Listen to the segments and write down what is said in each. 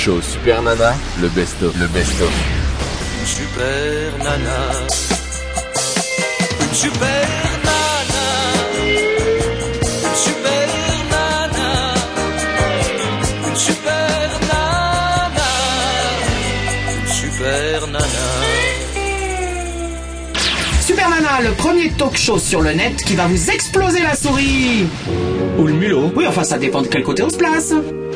Show Super Nana, le best-of. Une super nana. Une super nana. Une super nana. Une super nana. Une super nana. Super Nana, le premier talk show sur le net qui va vous exploser la souris. Ou le mulot. Oui, enfin, ça dépend de quel côté on se place.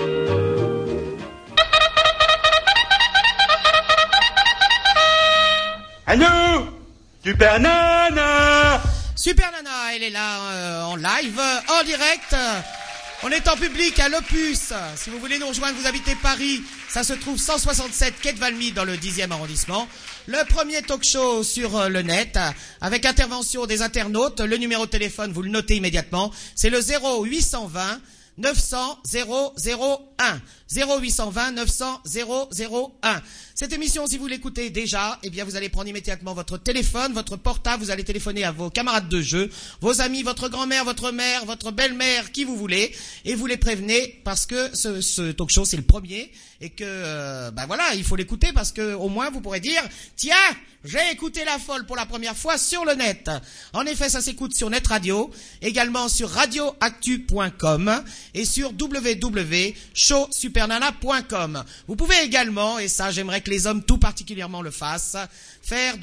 Allô, Super Nana. Super Nana, elle est là en live, en direct. On est en public à l'Opus. Si vous voulez nous rejoindre, vous habitez Paris. Ça se trouve 167 quai de Valmy dans le 10e arrondissement. Le premier talk show sur le net, avec intervention des internautes. Le numéro de téléphone, vous le notez immédiatement. C'est le 0820 900 001. 0820 900 001. Cette émission, si vous l'écoutez déjà, eh bien, vous allez prendre immédiatement votre téléphone, votre portable, vous allez téléphoner à vos camarades de jeu, vos amis, votre grand-mère, votre mère, votre belle-mère, qui vous voulez, et vous les prévenez parce que ce talk show, c'est le premier, et que, voilà, il faut l'écouter parce que, au moins, vous pourrez dire, tiens, j'ai écouté La Folle pour la première fois sur le net. En effet, ça s'écoute sur Net Radio, également sur radioactu.com et sur www.showsupernana.com. Vous pouvez également, et ça, j'aimerais que les hommes tout particulièrement le fassent, faire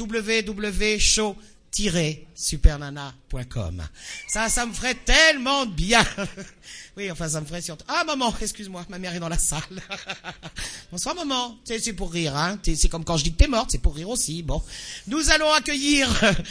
www.show-supernana.com. Ça me ferait tellement de bien. Oui, enfin, ça me ferait surtout... Ah, maman, excuse-moi, ma mère est dans la salle. Bonsoir, maman. C'est pour rire, hein. C'est comme quand je dis que t'es morte, c'est pour rire aussi. Bon. Nous allons accueillir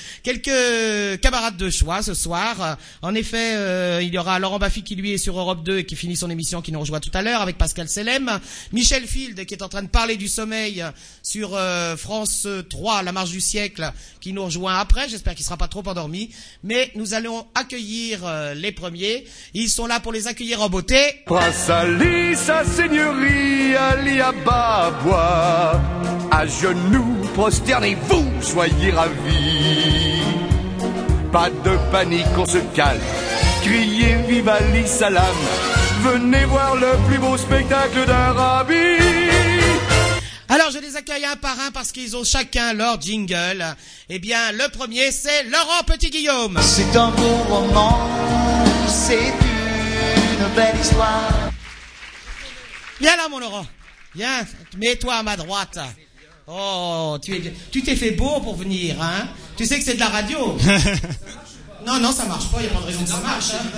quelques camarades de choix ce soir. En effet, il y aura Laurent Baffy qui, lui, est sur Europe 2 et qui finit son émission, qui nous rejoint tout à l'heure avec Pascal Selem. Michel Field, qui est en train de parler du sommeil sur France 3, La Marche du siècle, qui nous rejoint après. J'espère qu'il sera pas trop endormi. Mais nous allons accueillir les premiers. Ils sont là pour les accueillir en beauté. Prince Ali, sa seigneurie, Ali Ababois, à genoux, prosternez-vous, soyez ravis. Pas de panique, on se calme, criez vive Ali Salam, venez voir le plus beau spectacle d'un rabbi. Alors, je les accueille un par un parce qu'ils ont chacun leur jingle. Eh bien, le premier, c'est Laurent Petit-Guillaume. C'est un beau roman, c'est une belle histoire. Viens là, mon Laurent. Viens, mets-toi à ma droite. Oh, tu t'es fait beau pour venir, hein. Tu sais que c'est de la radio. Non, ça marche pas, il n'y a pas de raison que ça marche. Hein.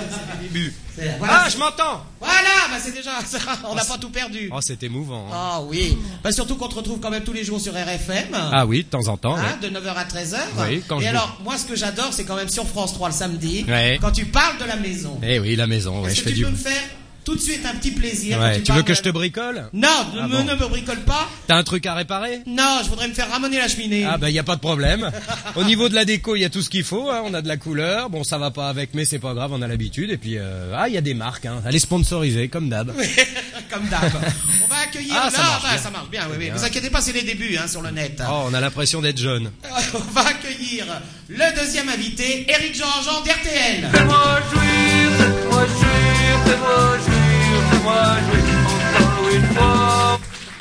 Voilà, je m'entends. Voilà, c'est déjà, on n'a pas tout perdu. Oh, c'est émouvant. Hein. Ah oui, surtout qu'on te retrouve quand même tous les jours sur RFM. Ah oui, de temps en temps. Hein, ouais. De 9h à 13h. Oui, et alors, moi, ce que j'adore, c'est quand même sur France 3 le samedi, ouais. Quand tu parles de la maison. Eh oui, la maison, ouais, Est-ce que tu peux me faire tout de suite un petit plaisir. Ouais, tu veux que je te bricole? Non, ne me bricole pas. T'as un truc à réparer? Non, je voudrais me faire ramoner la cheminée. Ah y a pas de problème. Au niveau de la déco, il y a tout ce qu'il faut, hein. On a de la couleur. Bon, ça va pas avec, mais c'est pas grave, on a l'habitude. Et puis, il y a des marques, hein. Elle est sponsorisée, comme d'hab. Comme d'hab. On va accueillir ça marche bien, oui. Vous inquiétez pas, c'est les débuts, hein, sur le net. Oh, on a l'impression d'être jeune. On va accueillir le deuxième invité, Éric Jean-Jean d'RTL. Fais-moi jouir, fais-moi jouir, fais-moi jouir. Moi, je vais encore une fois.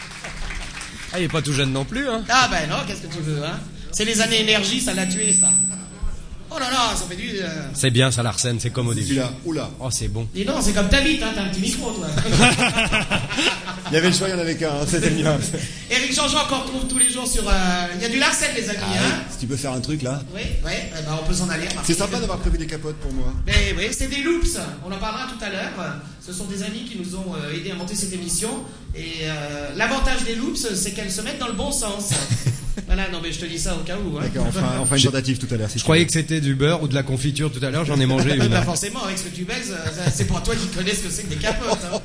Ah, il est pas tout jeune non plus, hein. Ah non, qu'est-ce que tu veux, hein. C'est les années énergie, ça l'a tué, ça. Oh là là, ça fait du... C'est bien, ça, l'Arsène, c'est comme au début. Celui-là, oula. Oh, c'est bon. Dis non, c'est comme ta bite, hein, t'as un petit micro, toi. Il y avait le choix, il y en avait qu'un, hein, c'était bien. Éric Jean-Jean qu'on retrouve tous les jours sur... Il y a du Larsen, les amis, hein. Si tu peux faire un truc, là. Oui, on peut s'en aller. C'est sympa d'avoir prévu des capotes pour moi. Mais oui, c'est des loops, on en parlera tout à l'heure. Ce sont des amis qui nous ont aidés à monter cette émission. Et l'avantage des loops, c'est qu'elles se mettent dans le bon sens. Voilà, non mais je te dis ça au cas où. Hein. D'accord, enfin une tentative tout à l'heure. Si je croyais que c'était du beurre ou de la confiture tout à l'heure, j'en ai mangé une. Bah forcément, avec ce que tu baises, c'est pour toi qui connais ce que c'est que des capotes. Hein.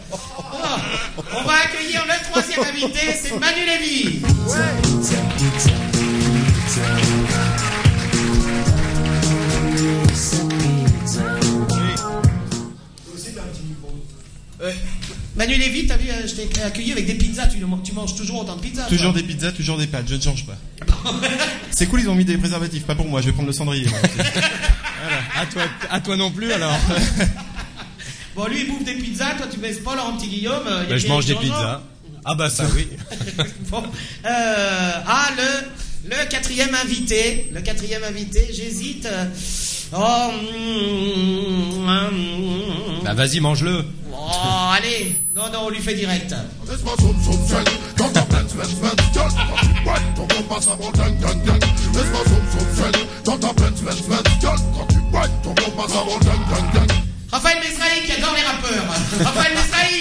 On va accueillir le troisième invité, c'est Manu Lévy. Manu Lévy, t'as vu, je t'ai accueilli avec des pizzas, tu manges toujours autant de pizzas? Toujours des pizzas, toujours des pâtes, je ne change pas. C'est cool, ils ont mis des préservatifs, pas pour moi, je vais prendre le cendrier. Voilà. À toi non plus alors. Bon, lui il bouffe des pizzas, toi tu baisses pas Laurent Petit-Guillaume. Je mange des pizzas. Ah bah ça oui. Bon, le quatrième invité, j'hésite. Bah vas-y, mange-le. Oh, allez, non, on lui fait direct. Raphaël Mesrahi qui adore les rappeurs. Raphaël Mesrahi.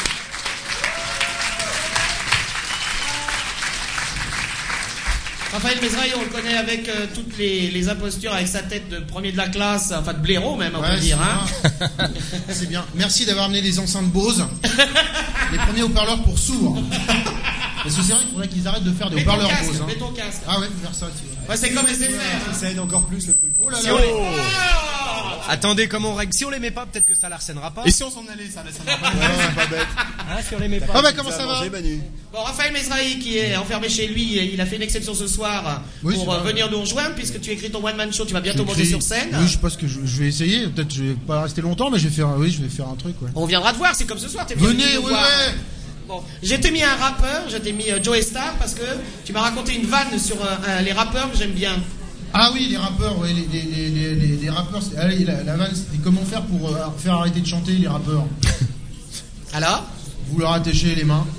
Raphaël Mesrahi, on le connaît avec toutes les impostures, avec sa tête de premier de la classe, enfin de blaireau même, on peut dire. Hein. C'est bien. Merci d'avoir amené les enceintes Bose. Les premiers haut-parleurs pour sourds. Parce que c'est vrai qu'il faudrait qu'ils arrêtent de faire des haut-parleurs Bose. Mets ton casque. Ah ouais, faut faire ça aussi. Ouais, c'est comme SFR. Ça aide encore plus le truc. Oh là là. Si on les... Attendez, comment on règle? Si on les met pas, peut-être que ça l'arsènera pas. Et si on s'en allait, ça laissera pas. C'est pas bête. Ah, si on les met pas. Ah bah comment ça va? Manu. Bon, Raphaël Mesrahi qui est enfermé chez lui, il a fait une exception ce soir pour venir nous rejoindre puisque tu écris ton one-man show, tu vas bientôt monter sur scène. Oui, je pense que je vais essayer. Peut-être je vais pas rester longtemps, mais je vais faire un truc. Ouais. On viendra te voir, c'est comme ce soir. T'es venu Venez, nous ouais, voir. ouais. Bon, j'ai mis un rappeur, j'ai mis Joe Star parce que tu m'as raconté une vanne sur les rappeurs que j'aime bien. Ah oui, les rappeurs, ouais, les rappeurs. La vanne, c'était comment faire pour faire arrêter de chanter les rappeurs. Alors? Vous leur attachez les mains.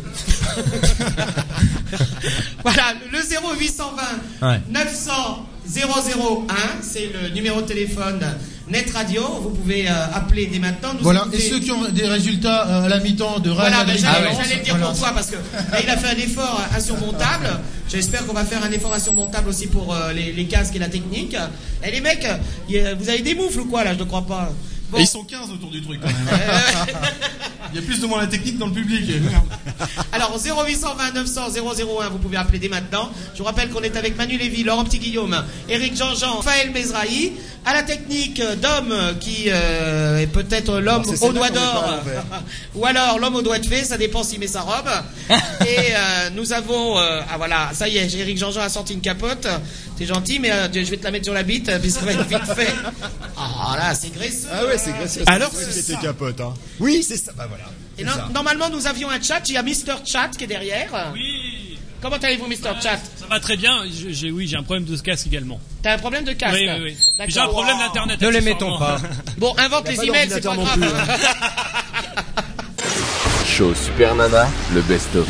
Voilà, le 0820 900 001, c'est le numéro de téléphone Net Radio. Vous pouvez appeler dès maintenant. Voilà, et ceux qui ont des résultats à la mi-temps de Real Madrid. Voilà, j'allais le dire pour toi parce que là, il a fait un effort insurmontable. J'espère qu'on va faire un effort insurmontable aussi pour les casques et la technique. Et les mecs, vous avez des moufles ou quoi là? Je ne crois pas. Bon. Et ils sont 15 autour du truc quand même. Il y a plus de moins la technique dans le public. Alors 0820 900 001, vous pouvez appeler dès maintenant. Je vous rappelle qu'on est avec Manu Lévy, Laurent Petit-Guillaume, Éric Jean-Jean, Raphaël Mesrahi. À la technique, Dom qui est peut-être l'homme au doigt d'or ou alors l'homme au doigt de fée, ça dépend s'il met sa robe. Et nous avons voilà, ça y est, Éric Jean-Jean a sorti une capote. T'es gentil, mais je vais te la mettre sur la bite puisque ça va être vite fait. Ah là, c'est graisseux. Ah ouais, c'est graisseux. Alors c'était capote, hein. Oui, c'est ça. Bah voilà. Et normalement, nous avions un chat. Il y a Mr. Chat qui est derrière. Oui. Comment allez-vous, Mr. Chat? Ça va très bien. J'ai un problème de casque également. T'as un problème de casque? Oui. J'ai un problème d'internet. Ne les mettons pas. Bon, invente les emails, c'est pas grave. Show Super Nana, le best-of.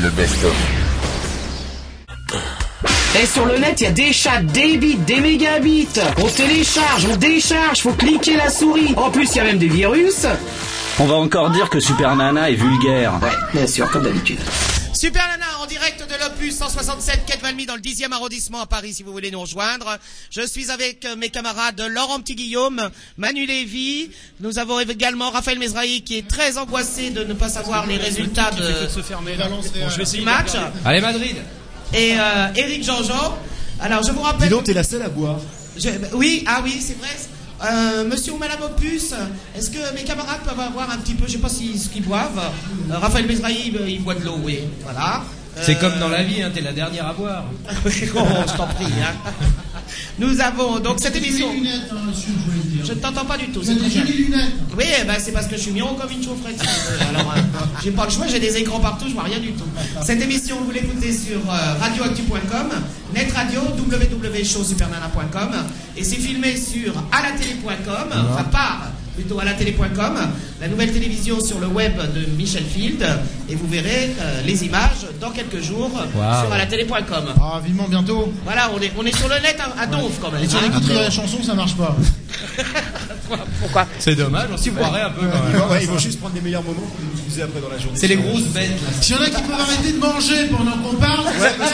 Et sur le net, il y a des chats, des bits, des mégabits. On télécharge, on décharge, faut cliquer la souris. En plus, il y a même des virus. On va encore dire que Super Nana est vulgaire. Ouais, bien sûr, comme d'habitude. Super Nana en direct de l'Opus 167 quai de Valmy dans le 10e arrondissement à Paris si vous voulez nous rejoindre. Je suis avec mes camarades Laurent Petit-Guillaume, Manu Lévy. Nous avons également Raphaël Mesrahi qui est très angoissé de ne pas savoir les résultats de je vais essayer du match. Allez Madrid. Et Éric Jean-Jean. Alors je vous rappelle. Dis donc, t'es la seule à boire. Oui, c'est vrai. Monsieur ou Madame Opus, est-ce que mes camarades peuvent avoir un petit peu, je sais pas ce qu'ils boivent. Raphaël Mesrahi, il boit de l'eau, oui. Voilà. C'est comme dans la vie, hein, t'es la dernière à boire. Je t'en prie. Hein. Nous avons donc cette émission. Lunettes, hein, monsieur, je ne t'entends pas du tout. Vous avez des jolies lunettes. Oui, c'est parce que je suis mignon comme une chaufferette. Alors, j'ai pas le choix, j'ai des écrans partout, je vois rien du tout. Cette émission, vous l'écoutez sur radioactu.com, Net Radio, www.showsupernana.com, et c'est filmé sur alatélé.com, enfin par plutôt à la télé.com, la nouvelle télévision sur le web de Michel Field, et vous verrez les images dans quelques jours sur alatélé.com. Ah, vivement bientôt. Voilà, on est sur le net à donf quand même. Et si on écouterait la chanson, ça marche pas. Pourquoi? C'est dommage, on s'y croirait un peu quand même. Ouais, ils vont juste prendre les meilleurs moments pour nous diffuser après dans la journée. C'est les grosses bêtes là. S'il y en a qui peuvent arrêter de manger pendant qu'on parle,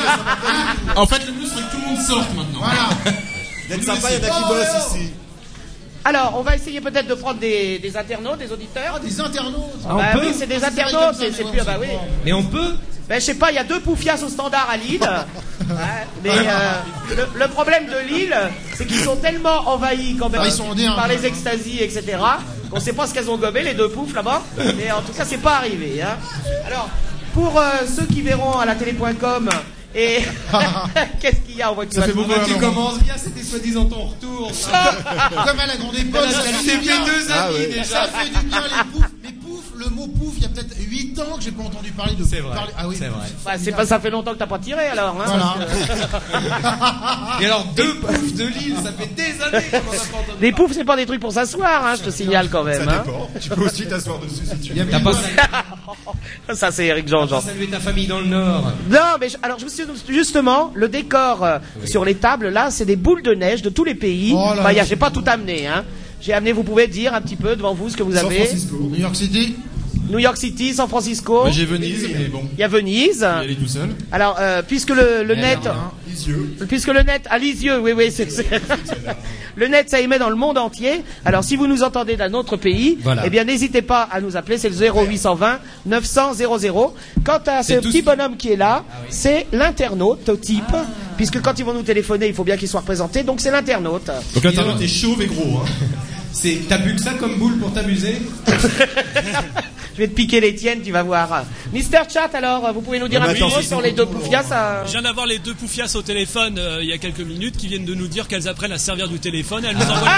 En fait, le but serait que tout le monde sorte maintenant. Voilà. D'être sympa, il y en a qui bossent ici. Alors, on va essayer peut-être de prendre des internautes, des auditeurs. Des internautes. Ah, on peut. Oui, c'est des internautes, c'est plus. Bah oui. Mais on peut. Ben, je sais pas, il y a 2 poufias au standard à Lille. Mais le problème de Lille, c'est qu'ils sont tellement envahis quand même par les extasies, etc., qu'on sait pas ce qu'elles ont gobé, les 2 poufs là-bas. Mais en tout cas, c'est pas arrivé. Hein. Alors, pour ceux qui verront à la télé.com, et qu'est-ce qu'il y a? On voit que ça fait beaucoup. Tu commences bien, c'était soi-disant ton retour. Comme à la grande époque, ça fait du bien. 2 amis déjà. Ça fait du bien les poufs. Le mot pouf poufs, il y a peut-être 8 ans que j'ai pas entendu parler de. C'est vrai. Ah oui, c'est vrai. Bah, c'est pas, ça fait longtemps que t'as pas tiré alors. Hein, Voilà. Et alors, 2 poufs de Lille, ça fait des années qu'on en a pas entendu. Des poufs, c'est pas des trucs pour s'asseoir, hein, je te signale quand même. Ça Hein. dépend. Tu peux aussi t'asseoir dessus si tu veux. T'as pas Ça, c'est Eric Jean. salué ta famille dans le Nord. Non, mais alors je me suis justement le décor sur les tables là, c'est des boules de neige de tous les pays. Oh là Enfin, là. j'ai pas tout amené, hein. J'ai amené, vous pouvez dire un petit peu devant vous ce que vous San avez. Francisco. New York City. New York City, San Francisco. J'ai Venise, mais bon. Il y a Venise. Je vais y aller tout seul. Alors, puisque le net, Lisieux. puisque le net à Lisieux, oui, c'est le net, ça émet dans le monde entier. Alors, si vous nous entendez d'un autre pays, Voilà. eh bien, n'hésitez pas à nous appeler. C'est le 0820 900 00. Quant à ce C'est tout petit ce- bonhomme qui est là, c'est l'internaute type, puisque quand ils vont nous téléphoner, il faut bien qu'il soit représenté. Donc, c'est l'internaute. Donc l'internaute est chauve et gros. Hein. T'as bu que ça comme boule pour t'amuser? Je vais te piquer les tiennes, tu vas voir. Mister Chat, alors, vous pouvez nous dire un petit mot sur les deux poufias, ça... Je viens d'avoir les deux poufias au téléphone il y a quelques minutes qui viennent de nous dire qu'elles apprennent à servir du téléphone. Elles nous envoient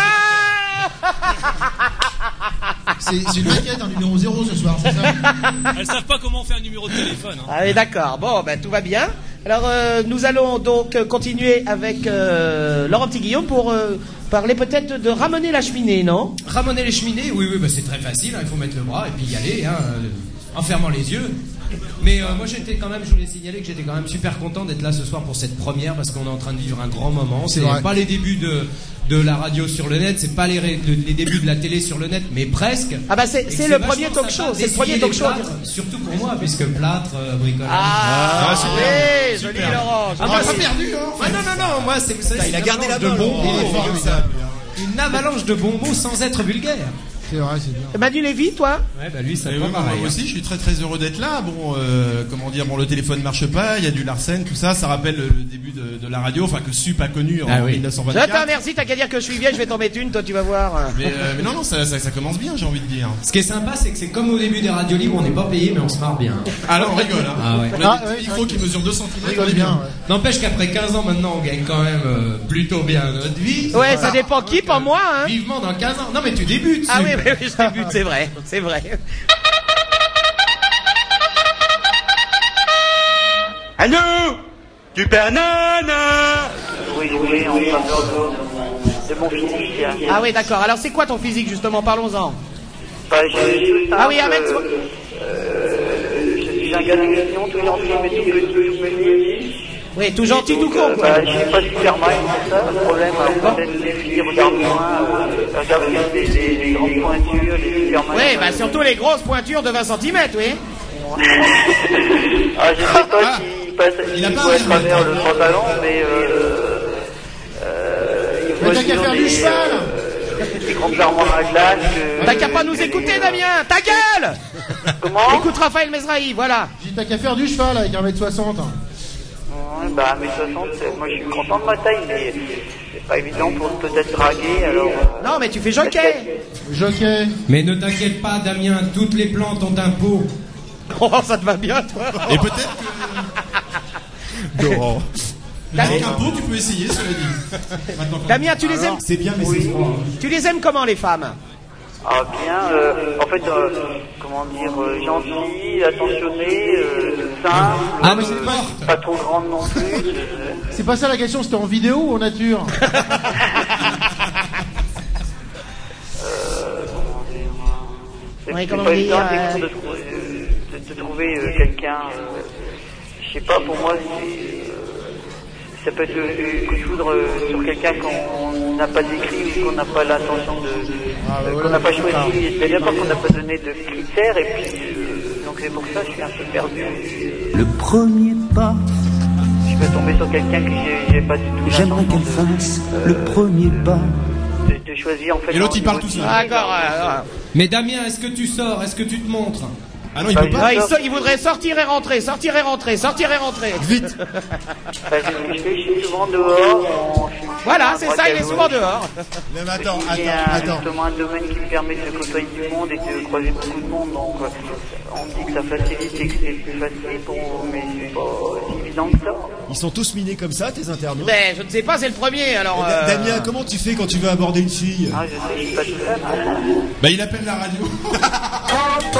C'est une enquête, un numéro 0 ce soir, c'est ça? Elles savent pas comment on fait un numéro de téléphone. Hein. Ah oui, d'accord. Bon, ben tout va bien. Alors, nous allons donc continuer avec Laurent Petit Guillaume pour parler peut-être de ramener la cheminée, non? Ramener les cheminées, oui, bah c'est très facile, hein, il faut mettre le bras et puis y aller, hein, en fermant les yeux. Mais moi j'étais quand même, je voulais signaler que j'étais quand même super content d'être là ce soir pour cette première parce qu'on est en train de vivre un grand moment. C'est vrai. pas les débuts de la radio sur le net, c'est pas les débuts de la télé sur le net, mais presque. Ah bah c'est Et le vachement premier talk sympa show, c'est le premier d'essayer talk show. les plâtres, surtout pour moi, puisque plâtre, bricolage. Ah, super. oui, Super. joli Laurent. Ah, moi, Pas c'est perdu, hein? Ah, non, moi c'est Il a gardé la de main. bons Il est mots. fort comme ça. Une avalanche de bons mots sans être vulgaire. C'est vrai, c'est bien. Manu Lévy, toi? Ouais, bah lui, ça Et pas oui, pareil. moi aussi, je suis très très heureux d'être là. Bon, comment dire, bon, le téléphone marche pas, il y a du Larsen, tout ça, ça rappelle le début de la radio, enfin que Sup a connu en Ah oui. Je 1924. te remercie, t'as qu'à dire que je suis vieille, je vais t'en mettre une, toi tu vas voir. Mais non, ça commence bien, j'ai envie de dire. Ce qui est sympa, c'est que c'est comme au début des radios libres, on n'est pas payé, mais on se marre bien. Alors on rigole, hein. Ah ouais. On a Ah, des ouais, petits micros qui mesurent 2 cm. Rigole bien, ouais. N'empêche qu'après 15 ans maintenant, on gagne quand même plutôt bien notre vie. Ouais, ça dépend qui, pas moi, hein. Vivement dans 15 ans. Non, mais tu débutes. Ah Sup. oui, je débute, c'est vrai, c'est vrai. Allô Super Nana Oui, en faveur de mon physique. Ah oui, d'accord. Alors c'est quoi ton physique justement? Parlons-en. Bah, je Ah oui, Ahmed, je suis un gars de mission, tout gentil, mais tout petit. Oui, tout gentil, tout con, quoi. Bah, je suis pas super mal, c'est ça le problème. Alors, peut-être les filles regardent moins, regardent plus les grandes pointures, les super mal. Oui, bah surtout les grosses pointures de 20 cm, oui. Ah, je sais pas s'il passe, s'il voit à travers le pantalon, mais il Mais voit t'as qu'à sur faire du cheval! les grandes armes à glace. T'as qu'à pas nous écouter, Damien. Ta gueule! Comment? Écoute Raphaël Mesrahi, voilà. J'ai dit, t'as qu'à faire du cheval avec 1m60. Ouais, bah, 1m60, moi je suis content de ma taille, mais c'est pas évident pour peut-être draguer, alors. Non, mais tu fais jockey. Jockey. Mais ne t'inquiète pas, Damien, toutes les plantes ont un pot. Oh, ça te va bien, toi. Et peut-être que. Laurent. Avec un pot, tu peux essayer, cela dit. Maintenant qu'on- Damien, tu les aimes? C'est bien, mais c'est fort. Tu les aimes comment, les femmes? Ah, bien, en fait, comment dire, gentil, attentionné, simple, Ah, mais c'est mort. pas trop grande non plus. C'est pas ça la question, c'était en vidéo ou en nature? Ouais, C'est comment pas dire, évident de trouver quelqu'un, je sais pas, pour moi, ça peut être le coup de foudre sur quelqu'un qu'on n'a pas décrit ou qu'on n'a pas l'intention qu'on n'a pas choisi, c'est-à-dire qu'on n'a pas donné de critères, et puis, donc c'est pour ça que je suis un peu perdu. Le premier pas, Je peux tomber sur quelqu'un que j'ai pas du tout j'aimerais l'intention qu'elle fasse le premier pas. de choisir, en fait. Et l'autre, il parle tout seul. D'accord. Mais Damien, est-ce que tu sors? Est-ce que tu te montres? Ah non, il peut pas. Non, il voudrait sortir et rentrer, sortir et rentrer, sortir et rentrer. Vite. Bah, je suis souvent dehors. Voilà, c'est ça, il est souvent dehors. Non, mais attends, C'est justement un domaine qui me permet de côtoyer du monde et de croiser beaucoup de monde. Donc, on dit que ça facilite et que c'est plus facile, mais c'est pas si évident que ça. Ils sont tous minés comme ça, tes internautes. Mais je ne sais pas, c'est le premier, alors... Damien, comment tu fais quand tu veux aborder une fille? Ah, je sais, je suis pas tout seul. Bah, il appelle la radio.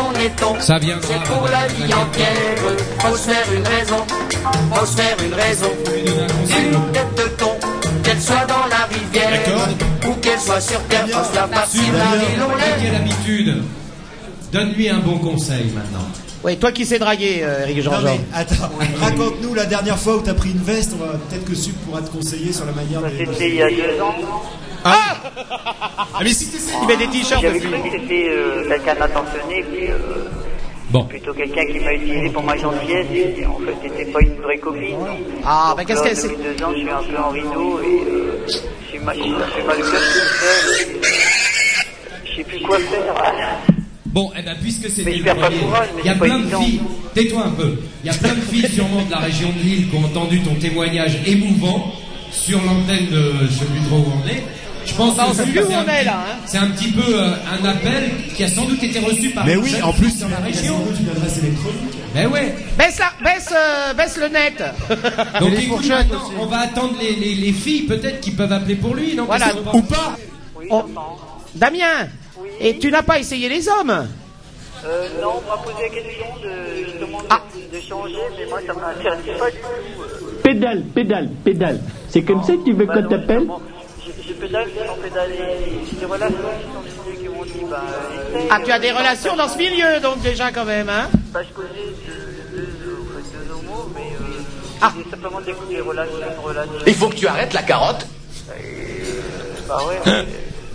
on est on. Ça viendra. C'est pour la vie entière. Faut se faire une raison. Faut se faire une raison. Une tête de con, qu'elle soit dans la rivière ou qu'elle soit sur terre, faut se la farcir la ville au lait. Quelle habitude. Donne-lui un bon conseil maintenant. Oui, toi qui sais draguer, Eric Jean-Jean. Non mais attends, raconte-nous la dernière fois où t'as pris une veste, on va peut-être que Sup pourra te conseiller sur la manière de... C'était il y a 2 ans. Ah mais si t'essayes... Il met des t-shirts J'avais dessus. cru que c'était quelqu'un d'attentionné, puis plutôt quelqu'un qui m'a utilisé pour ma gentillesse, et en fait c'était pas une vraie copine. Ah, bah qu'est-ce qu'elle Depuis 2 ans, je suis un peu en rideau, et ça fait mal au cœur tout seul. Je sais plus quoi faire. Bon, eh ben, puisque c'est Mais je perds pas de courage, mais il y a c'est pas plein de évident. filles, tais-toi un peu, il y a plein de filles sûrement de la région de Lille qui ont entendu ton témoignage émouvant sur l'antenne de, je sais plus trop où on est. Je pense Bah, on que sait plus où on est là, hein. c'est un petit peu un appel qui a sans doute été reçu par Mais une oui, jeune en plus, fille dans la région. une adresse électronique. Ben ouais. Baisse le net. Donc écoute, maintenant, on va attendre les filles peut-être qui peuvent appeler pour lui, non? Voilà. Ou pas. Damien, et tu n'as pas essayé les hommes? Non, on m'a posé la question de changer, mais moi ça m'intéresse pas du tout. Pédale. C'est comme ça que tu veux qu'on t'appelle? Je pédale sans pédaler. J'ai des relations dans ce milieu qui m'ont dit, essaye. Ah, tu as des relations dans ce milieu, donc déjà quand même, hein? Je connais deux homos, mais j'ai simplement des relations. Il faut que tu arrêtes la carotte. Bah ouais.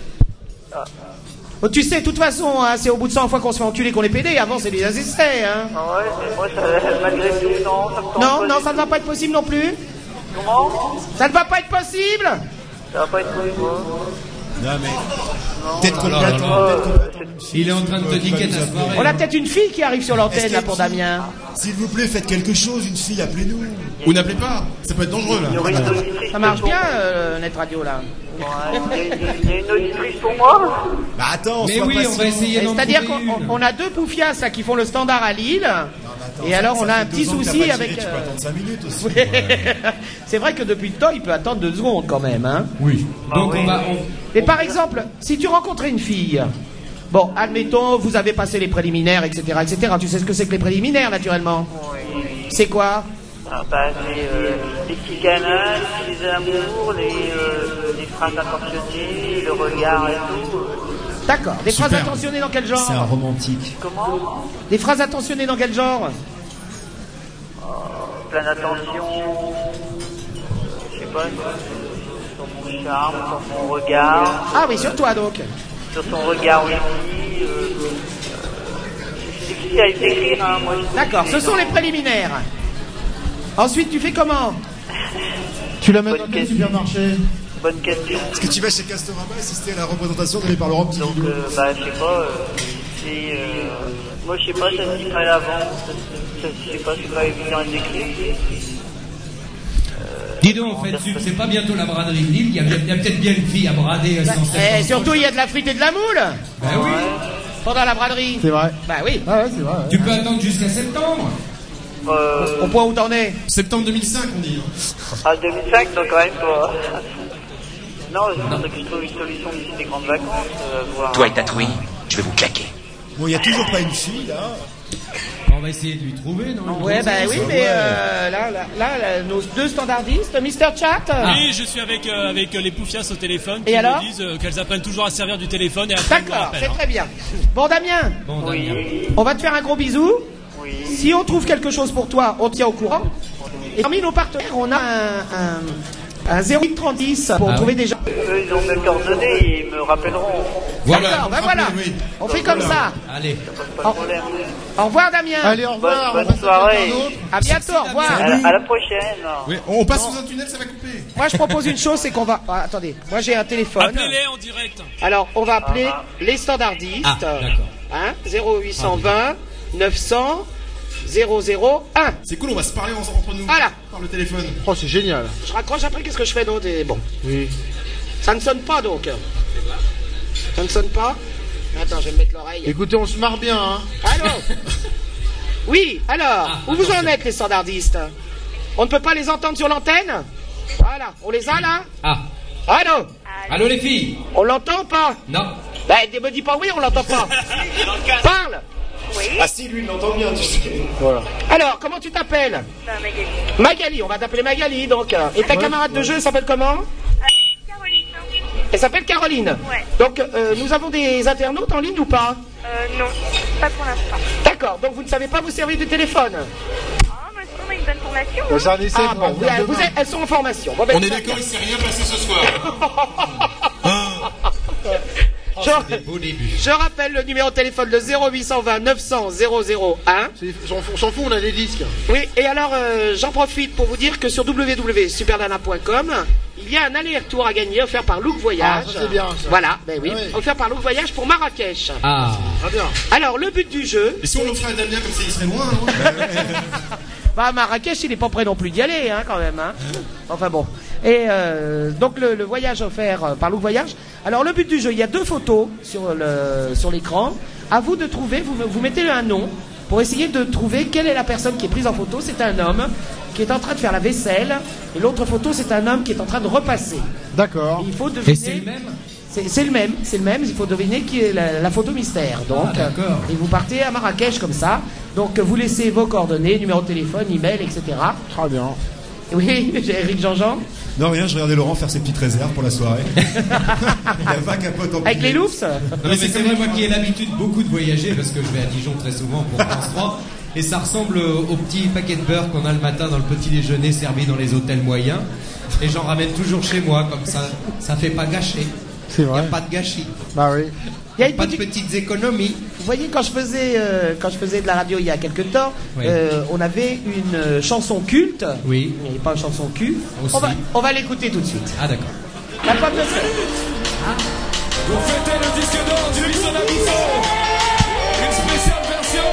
Oh, tu sais, de toute façon, hein, c'est au bout de 100 fois qu'on se fait enculer qu'on est pédé. Avant, c'est des essais, hein. Ah ouais, mais moi, malgré tout, non, ça me tente Non, pas. ça ne va pas être possible non plus. Comment? Ça ne va pas être possible. Ça va pas être possible. Non mais... Peut-être qu'on Il est en train de te niquer ta soirée. On a peut-être une fille qui arrive sur l'antenne, là, pour Damien. S'il vous plaît, faites quelque chose, une fille, appelez-nous. Ou n'appelez pas, ça peut être dangereux là. Ça marche bien, Net Radio, là. Il y a une auditrice pour moi? Bah attends, mais oui, on va essayer d'en C'est-à-dire trouver qu'on a 2 poufias là qui font le standard à Lille. Et alors on a un petit souci avec. Tu peux attendre 5 minutes aussi. C'est vrai que depuis le temps, il peut attendre 2 secondes quand même, hein. Oui. Donc on va. Et par exemple, si tu rencontrais une fille, bon, admettons, vous avez passé les préliminaires, etc., etc. Tu sais ce que c'est que les préliminaires, naturellement? Oui. C'est quoi? C'est les petits câlins, les amours, les phrases attentionnées, le regard et tout. D'accord. Des phrases attentionnées dans quel genre? C'est un romantique. Comment? Des phrases attentionnées dans quel genre? Plein d'attention. Je sais pas, sur mon charme, sur mon regard. Ah oui, sur toi donc. Sur son regard aussi. C'est difficile à décrire, hein, moi. D'accord, ce sont les préliminaires. Ensuite, tu fais comment? Tu l'amènes dans quel supermarché? Bonne question. Est-ce que tu vas chez Castorama assister à la représentation donnée par Laurent Petit? Donc, je sais pas, moi, je sais pas, ça se dit pas à l'avance, je sais pas, c'est pas évident à décrire. Dis donc, en fait, c'est pas bientôt la braderie de Lille, il y a peut-être bien une fille à brader sans Et surtout, il y a de la frite et de la moule. Ben oui. Pendant la braderie. C'est vrai. Bah oui. Ah ouais, c'est vrai. Tu peux attendre jusqu'à septembre. Au point où t'en es? Septembre 2005, on dit. Ah, 2005, donc quand même, toi. Non, je voudrais que je trouve une solution d'ici les grandes vacances. Toi et ta trouille, je vais vous claquer. Bon, il n'y a toujours pas une fille, là. On va essayer de lui trouver, non? Ouais, bah oui, mais là, nos 2 standardistes, Mr. Chat. Oui, je suis avec les poufias au téléphone qui Et alors me disent qu'elles apprennent toujours à servir du téléphone et après elles me D'accord, rappellent, c'est hein. très bien. Bon, Damien, on va te faire un gros bisou. Si on trouve quelque chose pour toi, on te tient au courant. Et parmi nos partenaires, on a un 0830 pour trouver des gens. Eux, ils ont mes coordonnées et ils me rappelleront. D'accord, ben voilà. On fait comme ça. Allez. Pas de problème. Au revoir, Damien. Allez, au revoir. Bonne soirée. À bientôt, au revoir. À la prochaine. Oui, on passe sous un tunnel, ça va couper. Moi, je propose une chose, c'est qu'on va... Ah, attendez, moi j'ai un téléphone. Appelez-les en direct. Alors, on va appeler les standardistes. Ah, d'accord. Hein, 0820 900 001. C'est cool, on va se parler entre nous. Voilà. Par le téléphone. Oh, c'est génial. Je raccroche après, qu'est-ce que je fais d'autre? Et bon. Oui. Ça ne sonne pas donc. Ça ne sonne pas? Attends, je vais me mettre l'oreille. Écoutez, on se marre bien, hein. Allô? Oui, alors, où vous en êtes les standardistes? On ne peut pas les entendre sur l'antenne? Voilà, on les a là? Ah. Allô? Allô les filles? On l'entend ou pas? Non. Ben, me dis pas oui, on l'entend pas. Parle! Oui. Ah si, lui, il l'entend bien, tu sais. Voilà. Alors, comment tu t'appelles? Magali. Magali, on va t'appeler Magali, donc. Et ta camarade de jeu s'appelle comment? Caroline. Elle s'appelle Caroline. Ouais. Donc, nous avons des internautes en ligne ou pas? Non, pas pour l'instant. D'accord, donc vous ne savez pas vous servir du téléphone? Ah, mais on a une bonne formation. C'est un essai pour bon, elles sont en formation. Bon, ben, On est d'accord, il s'est rien passé ce soir. Je rappelle le numéro de téléphone, le 0820 900 001. On s'en fout, on a des disques. Oui, et alors j'en profite pour vous dire que sur www.supernana.com, il y a un aller-retour à gagner offert par Look Voyage. Ah, ça c'est bien ça. Voilà, ben oui, Ouais. offert par Look Voyage pour Marrakech. Ah. Très bien. Alors le but du jeu... Et si on l'offrait à Damien comme ça, il serait loin, hein. Bah, Marrakech, il est pas prêt non plus d'y aller, hein, quand même. Hein. Enfin bon. Et donc le voyage offert par Look Voyage. Alors le but du jeu, il y a 2 photos sur l'écran. À vous de trouver, vous mettez un nom pour essayer de trouver quelle est la personne qui est prise en photo. C'est un homme qui est en train de faire la vaisselle. Et l'autre photo, c'est un homme qui est en train de repasser. D'accord. Il faut deviner. Et c'est le même? C'est le même, il faut deviner qui est la photo mystère. Donc, d'accord. et vous partez à Marrakech comme ça. Donc, vous laissez vos coordonnées, numéro de téléphone, email, etc. Très bien. Oui, j'ai Eric Jean-Jean. Non, rien, je regardais Laurent faire ses petites réserves pour la soirée. Il a pas capote en Avec les loups. Non, mais c'est vrai, moi qui ai l'habitude beaucoup de voyager, parce que je vais à Dijon très souvent pour France 3, et ça ressemble au petit paquet de beurre qu'on a le matin dans le petit déjeuner servi dans les hôtels moyens. Et j'en ramène toujours chez moi, comme ça fait pas gâcher. C'est vrai. Il n'y a pas de gâchis. Bah oui. Il y a une pas de petites économies. Vous voyez, quand je faisais de la radio il y a quelques temps, Oui. on avait une chanson culte. Oui. Mais pas une chanson cul. Aussi. On va l'écouter tout de suite. Ah d'accord. La pomme de terre. Pour fêter le disque d'or du Bisson à Bisson, une spéciale version.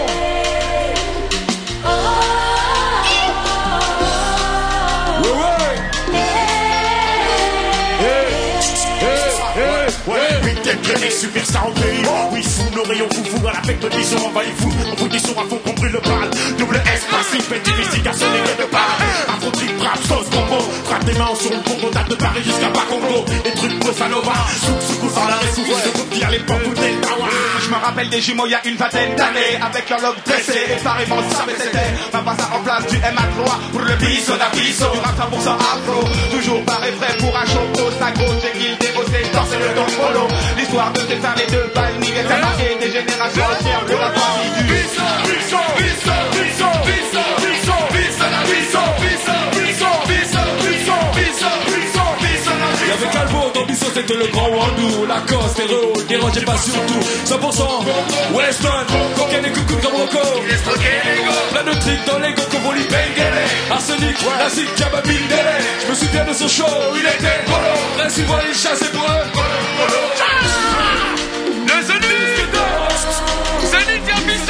Super sound, oui, fou, nos rayons foufou à la fête de Dijon, envahis-vous, on vous dit sur un fond qu'on brûle le bal, double S, principe, petit mystique, assoné de part, afro trip, rap, sauce, combo, frappe des mains sur le combo, date de Paris jusqu'à Bacongo, les trucs bossa nova, souk, sans l'arrêt souvent, le groupe qui a l'époque où tel tawa. Je me rappelle des jumeaux il y a une vingtaine d'années, avec leur look dressé, et pareillement ça mais c'était, ma passe en place du MA3, pour le Bisson à Bisson, du rap 100% afro, toujours pareil frais pour un show, grosse, agro, j'ai qu'il débossé, torse le don polo, l'histoire de Stéphane et de Balni, et ça marqué des générations entières de la famille du Bisson, Bisson, Bisson, Bisson, Bisson, Bisson, Bisson, Bisson, Bisson, Bisson, Bisson, Bisson, Bisson, Bisson, Bisson. Il y avait Calvo, dans Bisson c'était le grand Wandou, Lacoste, Héros, dérangez pas surtout, 100% Weston, cocaine et coucou comme Rocco, plein de tricks dans les gants comme Oli Bengele, Arsenic, Nazik, Jabba Bindele, je me souviens de ce show, il était colo, principal il chassait pour eux, colo. Le Zénith d'or, Zénith à Bisson.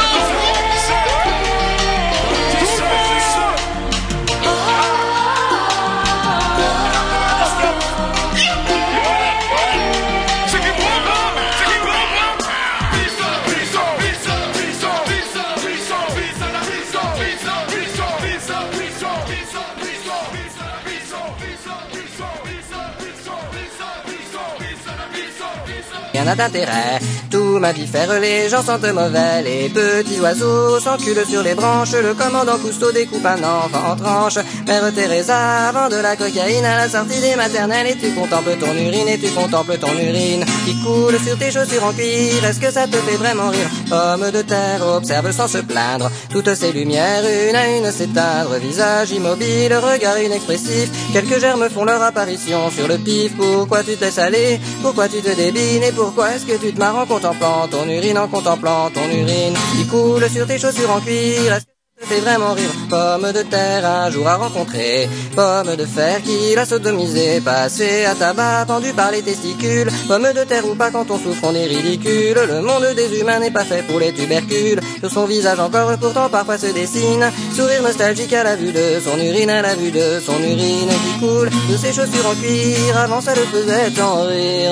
Rien n'a d'intérêt, tout ma vie faire les gens sentent mauvais, les petits oiseaux s'enculent sur les branches, le commandant Cousteau découpe un enfant en tranches, Mère Teresa vend de la cocaïne à la sortie des maternelles, et tu contemples ton urine, et tu contemples ton urine qui coule sur tes chaussures en cuir, est-ce que ça te fait vraiment rire? Pomme de terre observe sans se plaindre, toutes ces lumières une à une s'éteindre, visage immobile, regard inexpressif, quelques germes font leur apparition sur le pif, pourquoi tu t'es salé, pourquoi tu te débines, et pourquoi est-ce que tu te marres en contemplant ton urine, en contemplant ton urine qui coule sur tes chaussures en cuir? Est-ce que ça te fait vraiment rire? Pomme de terre un jour a rencontré pomme de fer qui l'a sodomisé, passé à tabac pendu par les testicules. Pomme de terre ou pas, quand on souffre on est ridicule, le monde des humains n'est pas fait pour les tubercules. Sur son visage encore pourtant parfois se dessine sourire nostalgique à la vue de son urine, à la vue de son urine qui coule de ses chaussures en cuir, avant ça le faisait tant rire.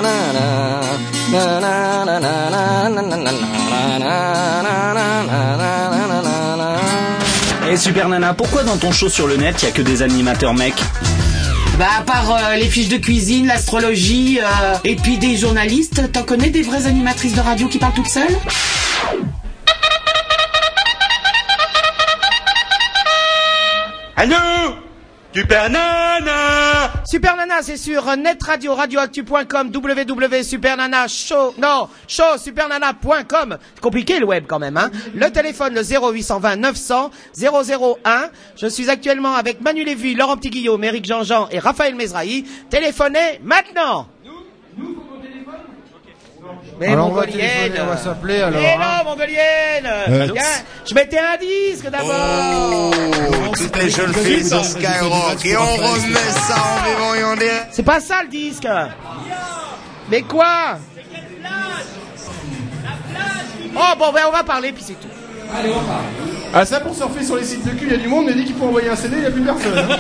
Et Super Nana, pourquoi dans ton show sur le net, y a que des animateurs mecs? Bah, à part les fiches de cuisine, l'astrologie, et puis des journalistes, t'en connais des vraies animatrices de radio qui parlent toutes seules? À nous, Super Nana. Super Nana, c'est sur netradio, radioactu.com, showsupernana.com. C'est compliqué le web quand même, hein. Le téléphone, le 0820 900 001. Je suis actuellement avec Manu Lévy, Laurent Petit-Guillaume, Éric Jean-Jean et Raphaël Mesrahi. Téléphonez maintenant. Mais alors mongolienne. on va s'appeler alors. Mais non, mongolienne. Je mettais un disque d'abord. Toutes les jeunes filles sur Skyrock et on remet ça en vivant et en direct. C'est pas ça le disque. Mais quoi? Oh bon, ben on va parler puis c'est tout. Allez, on parle. Ah ça pour surfer sur les sites de cul, il y a du monde, mais dès qu'il faut envoyer un CD, il n'y a plus personne. Hein.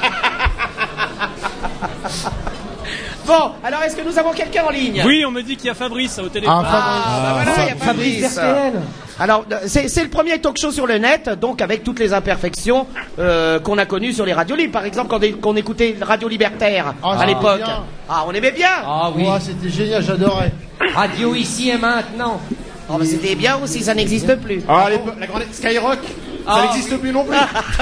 Bon, alors est-ce que nous avons quelqu'un en ligne? Oui, on me dit qu'il y a Fabrice au téléphone. Voilà, il y a Fabrice. Alors, c'est le premier talk show sur le net, donc avec toutes les imperfections qu'on a connues sur les radios libres. Par exemple, quand on écoutait Radio Libertaire à l'époque. Ah, on aimait bien. Ah oui, c'était génial, j'adorais. Radio ici et maintenant. Oh, mais c'était bien aussi, ça n'existe plus. Ah, la grande Skyrock, ça n'existe plus non plus.